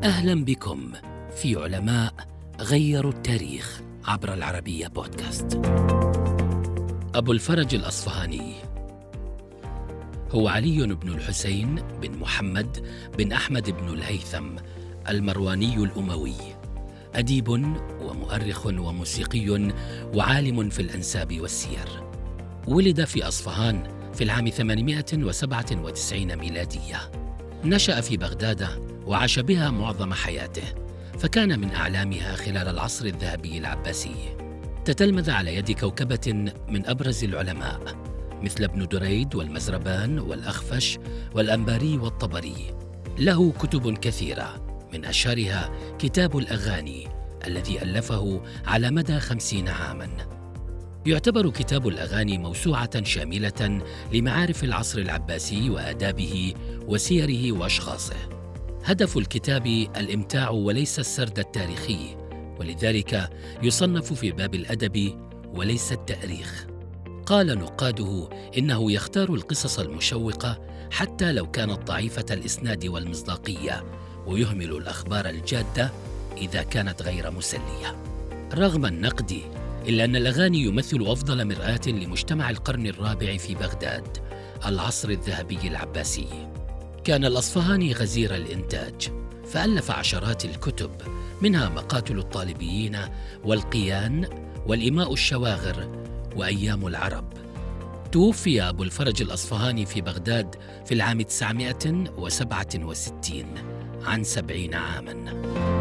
أهلا بكم في علماء غيروا التاريخ عبر العربية بودكاست. أبو الفرج الأصفهاني هو علي بن الحسين بن محمد بن أحمد بن الهيثم المرواني الأموي، أديب ومؤرخ وموسيقي وعالم في الأنساب والسير. ولد في أصفهان في العام 897 ميلادية. نشأ في بغداد وعاش بها معظم حياته، فكان من أعلامها خلال العصر الذهبي العباسي. تتلمذ على يد كوكبة من أبرز العلماء مثل ابن دريد والمزربان والأخفش والأنباري والطبري. له كتب كثيرة، من أشهرها كتاب الأغاني الذي ألفه على مدى 50 عاماً. يعتبر كتاب الأغاني موسوعة شاملة لمعارف العصر العباسي وآدابه وسيره وأشخاصه. هدف الكتاب الإمتاع وليس السرد التاريخي، ولذلك يصنف في باب الأدب وليس التأريخ. قال نقاده إنه يختار القصص المشوقة حتى لو كانت ضعيفة الإسناد والمصداقية، ويهمل الأخبار الجادة إذا كانت غير مسلية. رغم النقد، إلا أن الأغاني يمثل أفضل مرآة لمجتمع القرن الرابع في بغداد، العصر الذهبي العباسي. كان الأصفهاني غزير الإنتاج، فألف عشرات الكتب، منها مقاتل الطالبيين والقيان والإماء الشواغر وأيام العرب. توفي أبو الفرج الأصفهاني في بغداد في العام 967 عن 70 عاماً.